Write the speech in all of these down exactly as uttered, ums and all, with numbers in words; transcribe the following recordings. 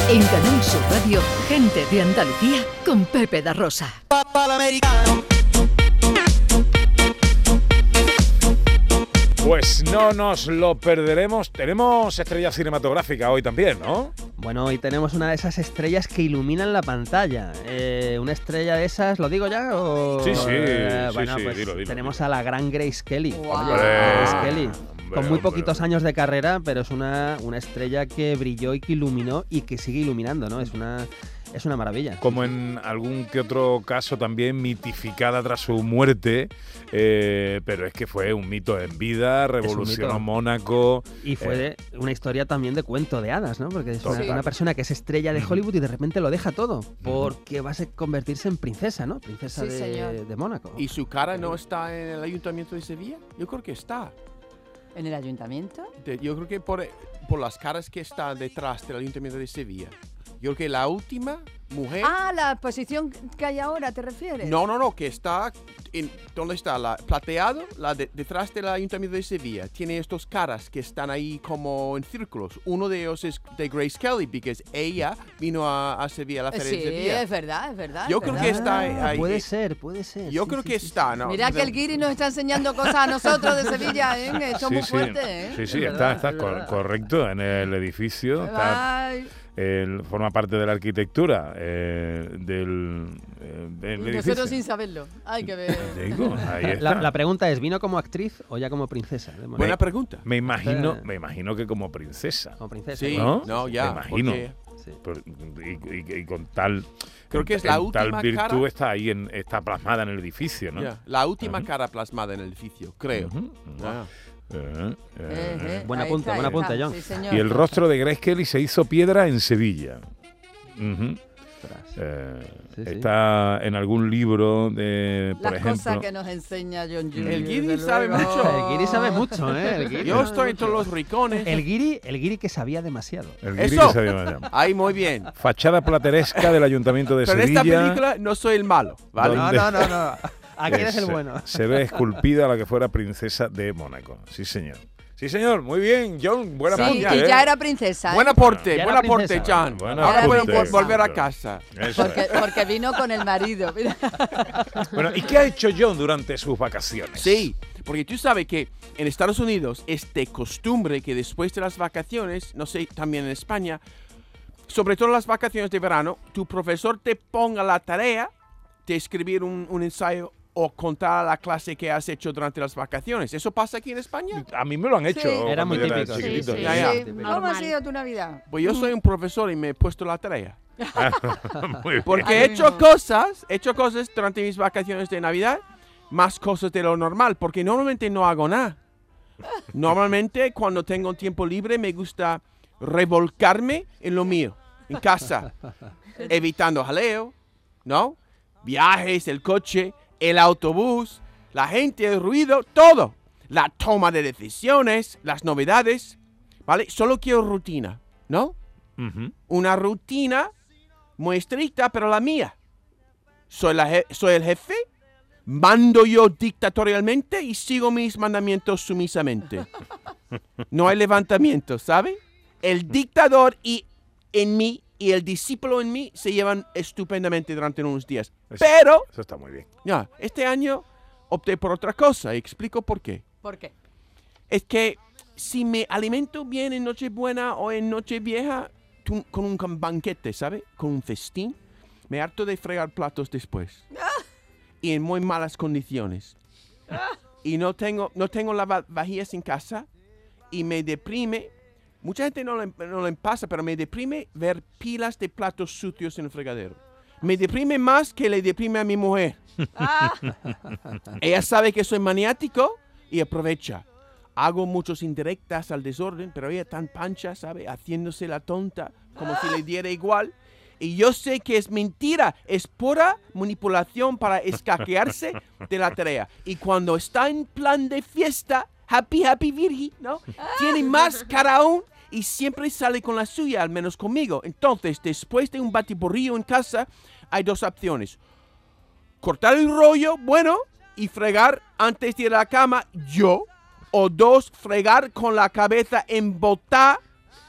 En Canal Sur Radio, Gente de Andalucía con Pepe da Rosa. Pues no nos lo perderemos. Tenemos estrella cinematográfica hoy también, ¿no? Bueno, hoy tenemos una de esas estrellas que iluminan la pantalla. Eh, una estrella de esas, ¿lo digo ya? O... Sí, sí, eh, sí, bueno, sí, pues dilo, dilo, tenemos dilo. a la gran Grace Kelly. Wow. Oye, Grace Kelly. Hombre, Con muy hombre, poquitos hombre. años de carrera, pero es una, una estrella que brilló y que iluminó y que sigue iluminando, ¿no? Es una, es una maravilla. Como en algún que otro caso también mitificada tras su muerte, eh, pero es que fue un mito en vida, revolucionó mito. Mónaco. Y fue eh, una historia también de cuento de hadas, ¿no? Porque es una, Total. una persona que es estrella de Hollywood y de repente lo deja todo porque va a ser- convertirse en princesa, ¿no? Princesa Sí, de, señor. de Mónaco. ¿Y su cara no está en el Ayuntamiento de Sevilla? Yo creo que está. ¿En el ayuntamiento? De- yo creo que por, por las caras que está detrás del Ayuntamiento de Sevilla. Yo creo que la última mujer... Ah, la posición que hay ahora, ¿te refieres? No, no, no, que está... En, ¿Dónde está? La plateado, la de- detrás del Ayuntamiento de Sevilla. Tiene estos caras que están ahí como en círculos. Uno de ellos es de Grace Kelly, porque ella vino a, a Sevilla, a la Eh, Feria Sí, de Sevilla. es verdad, es verdad. Yo es creo verdad. que está ahí- Ah, ahí- puede eh, ser, puede ser. Yo sí, creo sí, que sí, está, sí. ¿no? Mira que el Guiri nos está enseñando cosas a nosotros de Sevilla, ¿eh? Esto es sí, muy sí, fuerte, ¿eh? sí, sí, Es está, verdad, está es cor- verdad. correcto en el edificio. Está, Ay, el- forma parte de la arquitectura eh, del, eh, del y edificio. nosotros sin saberlo. Hay que ver. Digo, ahí está. La, la pregunta es, ¿vino como actriz o ya como princesa? de Mónaco? Buena pregunta. Me imagino, Eh. me imagino que como princesa. Como princesa. Sí, ¿No? no, ya. Me imagino. porque- Sí. Por- y, y- y con tal Creo con- que es la en tal última virtud cara. está ahí en, está plasmada en el edificio, ¿no? ya, la última Ujú. cara plasmada en el edificio, creo. Ujú. Ah. Eh, eh, Eh, eh, Buen ahí apunte, está, buen ahí apunte, está. John. Sí, señor. Y el rostro de Grace Kelly se hizo piedra en Sevilla. Ujú. Ostras. Eh, Sí, sí. Está en algún libro de, por Las ejemplo. cosas que nos enseña John Junior El Guiri desde sabe luego. mucho. El Guiri sabe mucho, ¿eh? El Guiri Yo sabe estoy en mucho. todos los rincones. El Guiri, el Guiri que sabía demasiado. El Guiri ¡Eso! que se llama. Ahí, muy bien. Fachada plateresca del Ayuntamiento de Pero en Sevilla. esta película no soy el malo, ¿vale? ¿Dónde? No, no, no, no. Aquí que eres el se- bueno. Se ve esculpida la que fuera princesa de Mónaco. Sí, señor. Sí, señor. Muy bien, John. Buena Sí, punta, y ¿eh? ya era princesa. ¿eh? Buen aporte, Ya buen era aporte, princesa. John. Buen Ahora aporte. pueden vol- volver a Eso. casa. Eso Porque, es. porque vino con el marido. Mira. Bueno, ¿y qué ha hecho John durante sus vacaciones? Sí, porque tú sabes que en Estados Unidos es de costumbre que después de las vacaciones, no sé, también en España, sobre todo las vacaciones de verano, tu profesor te ponga la tarea de escribir un, un ensayo o contar la clase que has hecho durante las vacaciones. ¿Eso pasa aquí en España? A mí me lo han hecho. Sí. Era cuando muy yo típico, sí, chiquitito. Sí, Ya, ya. sí. ¿Cómo ha Normal. sido tu Navidad? Pues yo soy un profesor y me he puesto la tarea. Muy bien. Porque Así he hecho mismo. cosas, he hecho cosas durante mis vacaciones de Navidad, más cosas de lo normal, porque normalmente no hago nada. Normalmente cuando tengo tiempo libre me gusta revolcarme en lo mío, en casa, evitando jaleo, ¿no? Viajes, el coche, el autobús, la gente, el ruido, todo. La toma de decisiones, las novedades, ¿vale? Solo quiero rutina, ¿no? Ujú. Una rutina muy estricta, pero la mía. Soy, la je- soy el jefe, mando yo dictatorialmente y sigo mis mandamientos sumisamente. No hay levantamiento, ¿sabe? El dictador y en mí y el discípulo en mí se llevan estupendamente durante unos días. Eso- Pero, Eso está muy bien. ya, este año opté por otra cosa y explico por qué. ¿Por qué? Es que si me alimento bien en Nochebuena o en Nochevieja, tu- con un con banquete, ¿sabe? Con un festín, me harto de fregar platos después. Y en muy malas condiciones. Y no tengo, no tengo lavavajillas en casa y me deprime. Mucha gente no le, no le pasa, pero me deprime ver pilas de platos sucios en el fregadero. Me deprime más que le deprime a mi mujer. Ella sabe que soy maniático y aprovecha. Hago muchos indirectas al desorden, pero ella tan pancha, ¿sabe? Haciéndose la tonta, como si le diera igual. Y yo sé que es mentira, es pura manipulación para escaquearse de la tarea. Y cuando está en plan de fiesta, happy, happy Virgi, ¿no? Tiene más cara aún y siempre sale con la suya, al menos conmigo. Entonces, después de un batiburrillo en casa, hay dos opciones. Cortar el rollo, bueno, y fregar antes de ir a la cama, yo. O dos, fregar con la cabeza embotada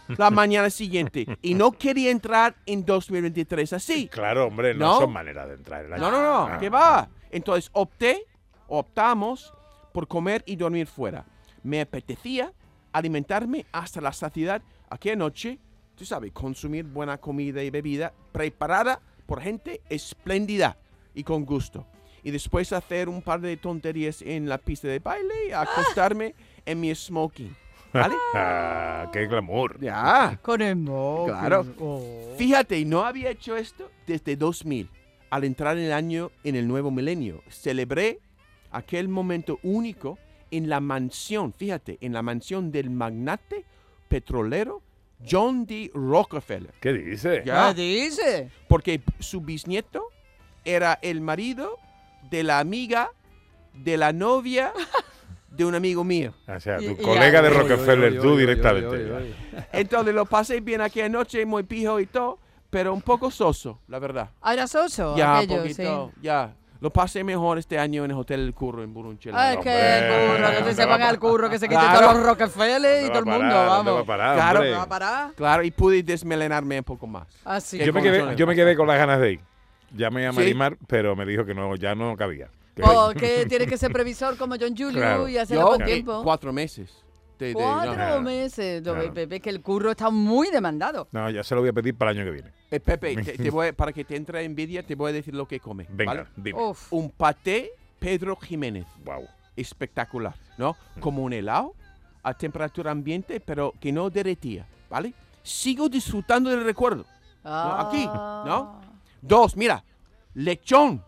la mañana siguiente. Y no quería entrar en dos mil veintitrés así. Claro, hombre, no, ¿No? son maneras de entrar en el No, año. no, no, Ah. ¿qué va? Entonces opté, optamos por comer y dormir fuera. Me apetecía alimentarme hasta la saciedad aquella noche, tú sabes, consumir buena comida y bebida preparada por gente espléndida y con gusto. Y después hacer un par de tonterías en la pista de baile y acostarme en mi smoking. ¿Vale? Ah, qué glamour. Ya. Con el móvil. Claro. Oh. Fíjate, no había hecho esto desde dos mil. Al entrar en el año, en el nuevo milenio, celebré aquel momento único en la mansión, fíjate, en la mansión del magnate petrolero John D. Rockefeller. ¿Qué dice? Ya. ¿Qué dice? Porque su bisnieto era el marido de la amiga de la novia de un amigo mío. O sea, tu Y- y colega ya. de Rockefeller, Oy, oy, tú oy, oy, directamente. oy, oy, oy. Entonces lo pasé bien aquella noche, muy pijo y todo, pero un poco soso, la verdad. Ah, era soso Ya, aquello, poquito, sí. ya. Lo pasé mejor este año en el Hotel El Curro en Burunchela. Ay, Hombre, que el curro, que ¿dónde se va van a al curro, que se quiten Claro. todos los Rockefeller y ¿Dónde todo el va a mundo, parar? ¿Dónde va a vamos. parar, Claro. hombre? ¿Va a parar? Claro, y pude desmelenarme un poco más. Ah, sí. Qué Yo me, con- quedé, yo me quedé con las ganas de ir. Llamé a ¿Sí? Marimar, pero me dijo que no, ya no cabía. Que- Oh, que tienes que ser previsor como John Julio Claro. y hacerlo Yo, con eh, tiempo. cuatro meses. de- de- Cuatro no. meses. No, Claro. Pepe, que el curro está muy demandado. No, ya se lo voy a pedir para el año que viene. Eh, Pepe, te, te voy, para que te entre envidia, te voy a decir lo que come. Venga, ¿vale? dime. Uf. Un paté Pedro Jiménez. Wow. Espectacular, ¿no? Como un helado a temperatura ambiente, pero que no derretía, ¿vale? Sigo disfrutando del recuerdo. aquí, ¿no? Dos, mira, lechón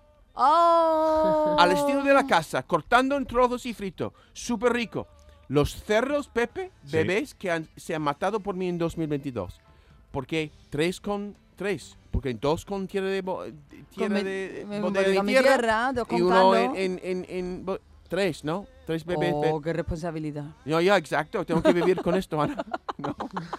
Oh. al estilo de la casa, cortando en trozos y frito, súper rico. Los cerdos, Pepe, Sí. bebés que han- se han matado por mí en dos mil veintidós. ¿Por qué? Tres con tres. Porque dos con tierra de, bo- tierra Con mi- de mi- bodega de con mi tierra, tierra, dos y con uno caldo. en, en, en, en bo- tres, ¿no? Tres bebés. Oh, be- qué responsabilidad. No, ya, exacto. Tengo que vivir con esto, Ana. No.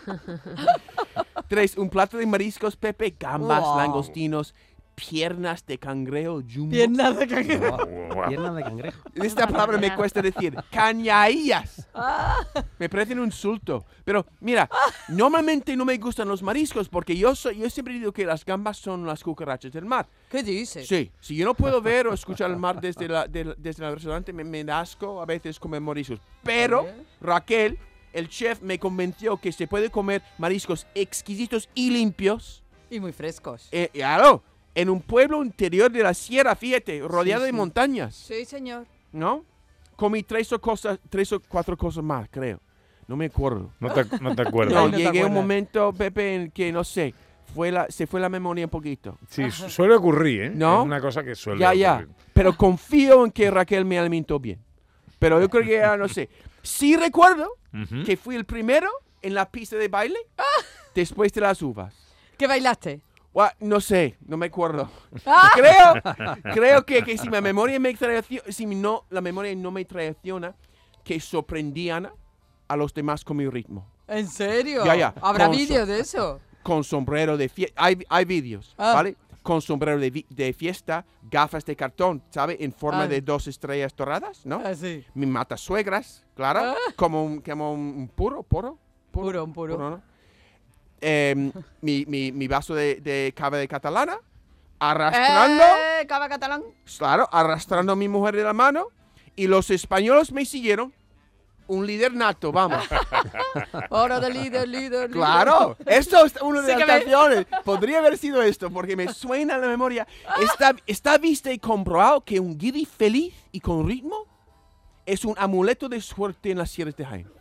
Tres, un plato de mariscos, Pepe, gambas, Wow. langostinos, piernas de cangrejo jumbo. Piernas de cangrejo. Wow. Piernas de cangrejo. Esta palabra me cuesta decir. Cañaillas. Me parece un insulto. Pero mira, normalmente no me gustan los mariscos porque yo soy, yo siempre digo que las gambas son las cucarachas del mar. ¿Qué dices? Sí, si yo no puedo ver o escuchar el mar desde la, del- desde el restaurante, me, me da asco a veces comer mariscos. Pero Raquel, el chef, me convenció que se puede comer mariscos exquisitos y limpios. Y muy frescos. Eh, claro, en un pueblo interior de la sierra, fíjate, rodeado Sí, de sí. montañas, Sí, señor. ¿no? Comí tres o, cosas, tres o cuatro cosas más, creo. No me acuerdo. No te, no te acuerdas. No, no te llegué a un acuerdas. momento, Pepe, en que, no sé, fue la, se fue la memoria un poquito. Sí, su- suele ocurrir, ¿eh? ¿No? Es una cosa que suele Ya, ya. ocurrir. Pero confío en que Raquel me alimentó bien. Pero yo creo que ya, no sé. Sí recuerdo Ujú. que fui el primero en la pista de baile después de las uvas. ¿Qué bailaste? Gua- No sé, no me acuerdo. Ah, Creo, creo que, que si mi memoria me traiciona, si no, la memoria no me traiciona, que sorprendían a los demás con mi ritmo. ¿En serio? Ya, ya. ¿Habrá Con vídeos de eso? Con sombrero de fiesta. Hay, hay vídeos, Ah. ¿vale? Con sombrero de, vi- de fiesta, gafas de cartón, ¿sabe? En forma Ah. de dos estrellas doradas, ¿no? Así. Mi matasuegras, claro. Ah. Como, un, como un, un puro, puro. Puro, un puro. ¿no? Em, mi, mi, mi vaso de, de cava de catalana, arrastrando, ¡Eh, cava catalán! claro, arrastrando a mi mujer de la mano. Y los españoles me siguieron. Un líder nato, vamos. Hora de líder, líder, líder. Claro, esto es una de Sí las que me- canciones. Podría haber sido esto, porque me suena en la memoria. Está, está visto y comprobado que un guiri feliz y con ritmo es un amuleto de suerte en las sierras de Jaén.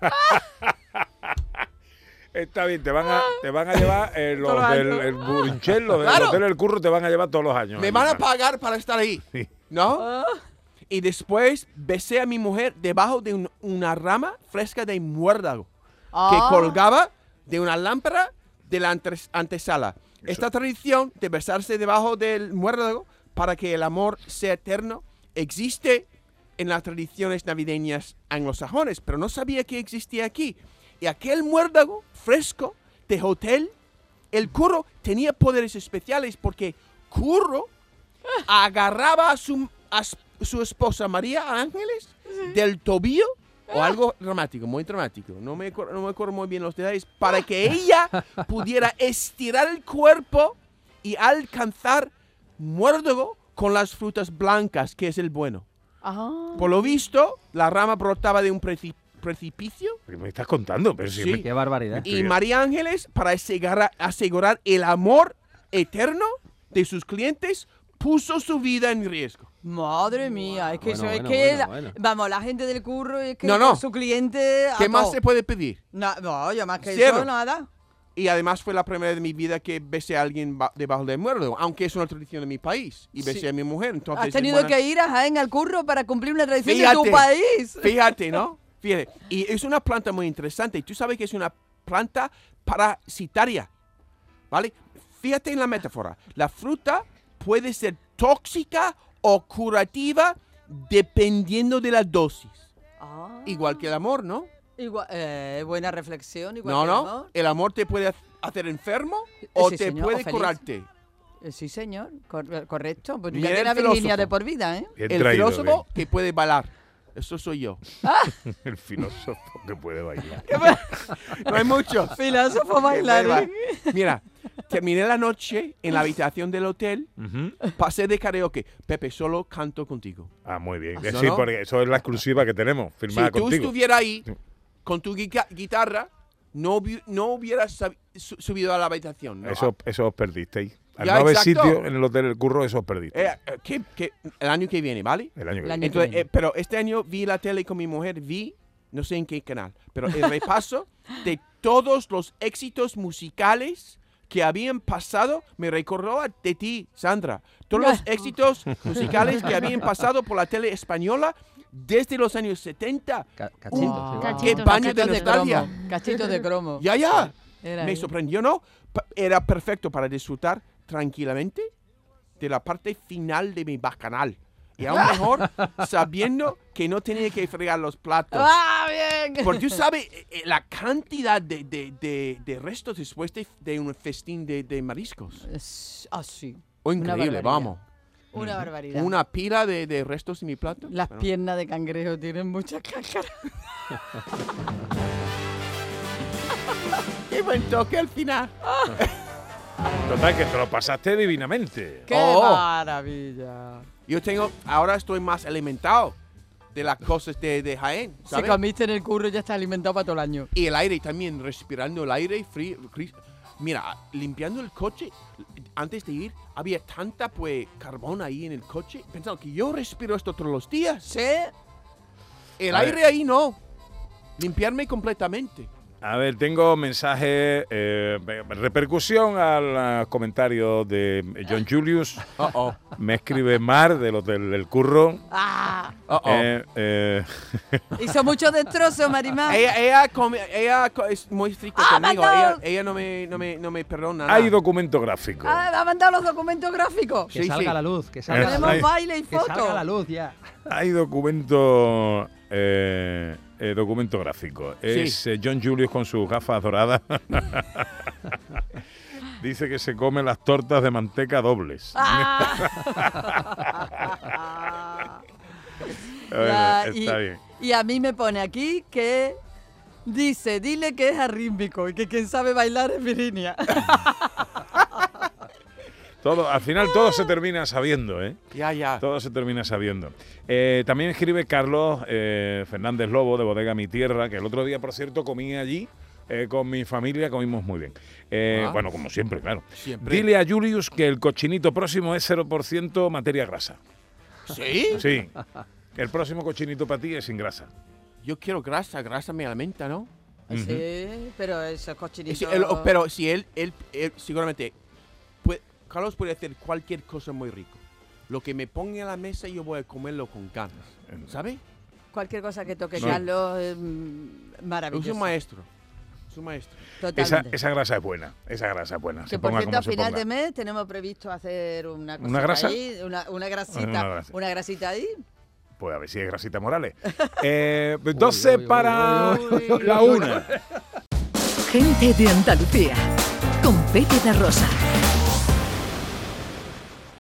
Está bien, te van a, te van a llevar eh, los Todos los del años. el Burinchel, los del Claro. Hotel El Curro, te van a llevar todos los años. Me ahí, van a Mar. pagar para estar ahí, Sí. ¿no? Ah, Y después besé a mi mujer debajo de un- una rama fresca de muérdago que ah. colgaba de una lámpara de la antes- antesala. Esta tradición de besarse debajo del muérdago para que el amor sea eterno existe en las tradiciones navideñas anglosajones, pero no sabía que existía aquí. Y aquel muérdago fresco de hotel, el Curro tenía poderes especiales porque Curro agarraba a su, a s- su esposa María Ángeles del tobillo o algo dramático, muy dramático. No me, acuerdo, no me acuerdo muy bien los detalles. Para que ella pudiera estirar el cuerpo y alcanzar muérdago con las frutas blancas, que es el bueno. Ah. Por lo visto, la rama brotaba de un preci- precipicio. ¿Qué me estás contando? Pero si Sí. me- Qué barbaridad. Y María Ángeles, para asegurar, asegurar el amor eterno de sus clientes, puso su vida en riesgo. Madre mía, es que Bueno, eso bueno, es que, bueno, la- bueno. vamos, la gente del curro es que No, no. su cliente... a ¿Qué más todo. se puede pedir? Na- no, yo más que Cero. eso, nada. Y además fue la primera vez de mi vida que besé a alguien ba- debajo del muérdago, aunque es una tradición de mi país. Y besé Sí. a mi mujer. Entonces, Has es tenido buena- que ir a Jaén al curro para cumplir una tradición de Fíjate. tu país. Fíjate, ¿no? Fíjate. Y es una planta muy interesante. Y tú sabes que es una planta parasitaria. ¿Vale? Fíjate en la metáfora. La fruta puede ser tóxica o curativa dependiendo de la dosis. Ah. Igual que el amor, ¿no? Igual, eh, buena reflexión, igual No, que el no. amor. El amor te puede hacer enfermo o Sí, te señor, puede o feliz. curarte. Eh, Sí, señor, Cor- correcto. Pues Mira ya tiene el a Virginia filósofo. de por vida, ¿eh? Bien El traído, filósofo que puede bailar. Eso soy yo. bien. El filósofo que puede bailar. No hay muchos. Filósofo Que bailarín. puede bailar. Mira, terminé la noche en la habitación del hotel. Ujú. Pasé de karaoke. Pepe, solo canto contigo. Ah, muy bien. ¿No, Sí, no? porque eso es la exclusiva que tenemos, firmada Si tú contigo. estuvieras ahí con tu guica- guitarra, no, hubi- no hubieras sab- su- subido a la habitación. ¿no? Eso, eso os perdisteis. Al Ya, no haber exacto. sitio en el hotel del curro, eso os perdisteis. Eh, eh, que- que el año que viene, ¿vale? el año que el viene. año- Entonces, viene. eh, pero este año vi la tele con mi mujer, vi, no sé en qué canal, pero el repaso de todos los éxitos musicales que habían pasado me recordó a de ti, Sandra. Todos los éxitos musicales que habían pasado por la tele española desde los años setenta. Ca- Cachito, Wow. sí, ¡Qué Cachito, baño de Cachito de nostalgia! cromo. Cachito de cromo. Ya, ya. Era Me ahí. sorprendió, ¿no? Pa- Era perfecto para disfrutar tranquilamente de la parte final de mi bacanal. Y aún mejor, sabiendo que no tenía que fregar los platos. ¡Ah, bien! Porque tú sabes eh, eh, la cantidad de, de, de, de restos después de, de un festín de, de mariscos. Es- Ah, sí. Oh, Una increíble, barbaridad. vamos. Una barbaridad. Una pila de, de restos en mi plato. Las Bueno, piernas de cangrejo tienen muchas cáscaras. ¡Qué buen toque al final! Total, que te lo pasaste divinamente. ¡Qué Oh. maravilla! Yo tengo, ahora estoy más alimentado de las cosas de, de Jaén, Si ¿sabes? comiste en el curro ya está alimentado para todo el año. Y el aire también, respirando el aire frío. frí- Mira, limpiando el coche, antes de ir, había tanta, pues, carbón ahí en el coche. Pensando que yo respiro esto todos los días. ¿Sí? El A aire ver. ahí no. Limpiarme completamente. A ver, tengo mensaje, eh, repercusión al uh, comentario de John Julius. Oh, oh. Me escribe Mar del Hotel del Curro. ¡Ah! Oh, oh. Eh, eh, Hizo muchos destrozos, Marimar. Ella, ella, come- ella co- es muy estricta Ah, conmigo. mandado. Ella, ella no, me, no, me, no me perdona nada. hay documento gráfico. Ah, ha mandado los documentos gráficos. Que Sí, salga sí. a la luz, que salga, a la Ay. Tenemos luz, baile y que salga a la fotos. luz ya. Hay documento eh, eh, documento gráfico. Es Sí. eh, John Julius con sus gafas doradas. Dice que se come las tortas de manteca dobles. Ah. Bueno, Ya, está y, bien. y a mí me pone aquí que dice, dile que es arrítmico y que quien sabe bailar es Virginia. Todo, al final todo se termina sabiendo, ¿eh? Ya, ya. Todo se termina sabiendo. Eh, también escribe Carlos eh, Fernández Lobo, de Bodega Mi Tierra, que el otro día, por cierto, comí allí eh, con mi familia, comimos muy bien. Eh, Ah. Bueno, como siempre, claro. Siempre. Dile a Julius que el cochinito próximo es cero por ciento materia grasa. ¿Sí? Sí. El próximo cochinito para ti es sin grasa. Yo quiero grasa. Grasa me alimenta, ¿no? Sí, pero esos cochinitos... Si él- pero si él, él, él seguramente, puede- Carlos puede hacer cualquier cosa muy rico. Lo que me ponga en la mesa yo voy a comerlo con ganas, ¿sabes? Cualquier cosa que toque No. Carlos es mm, Es maravilloso. un maestro, es un maestro. Esa, Totalmente. esa grasa es buena. Esa grasa es buena. Que Se por ponga cierto, como a se final ponga. de mes tenemos previsto hacer una cosita ¿Una grasa? ahí, una, una grasita, Una grasa. una grasita ahí. Pues a ver si es grasita Morales. Eh, doce uy, uy, para uy, uy, la uy, una. Gente de Andalucía, con Pepe da Rosa.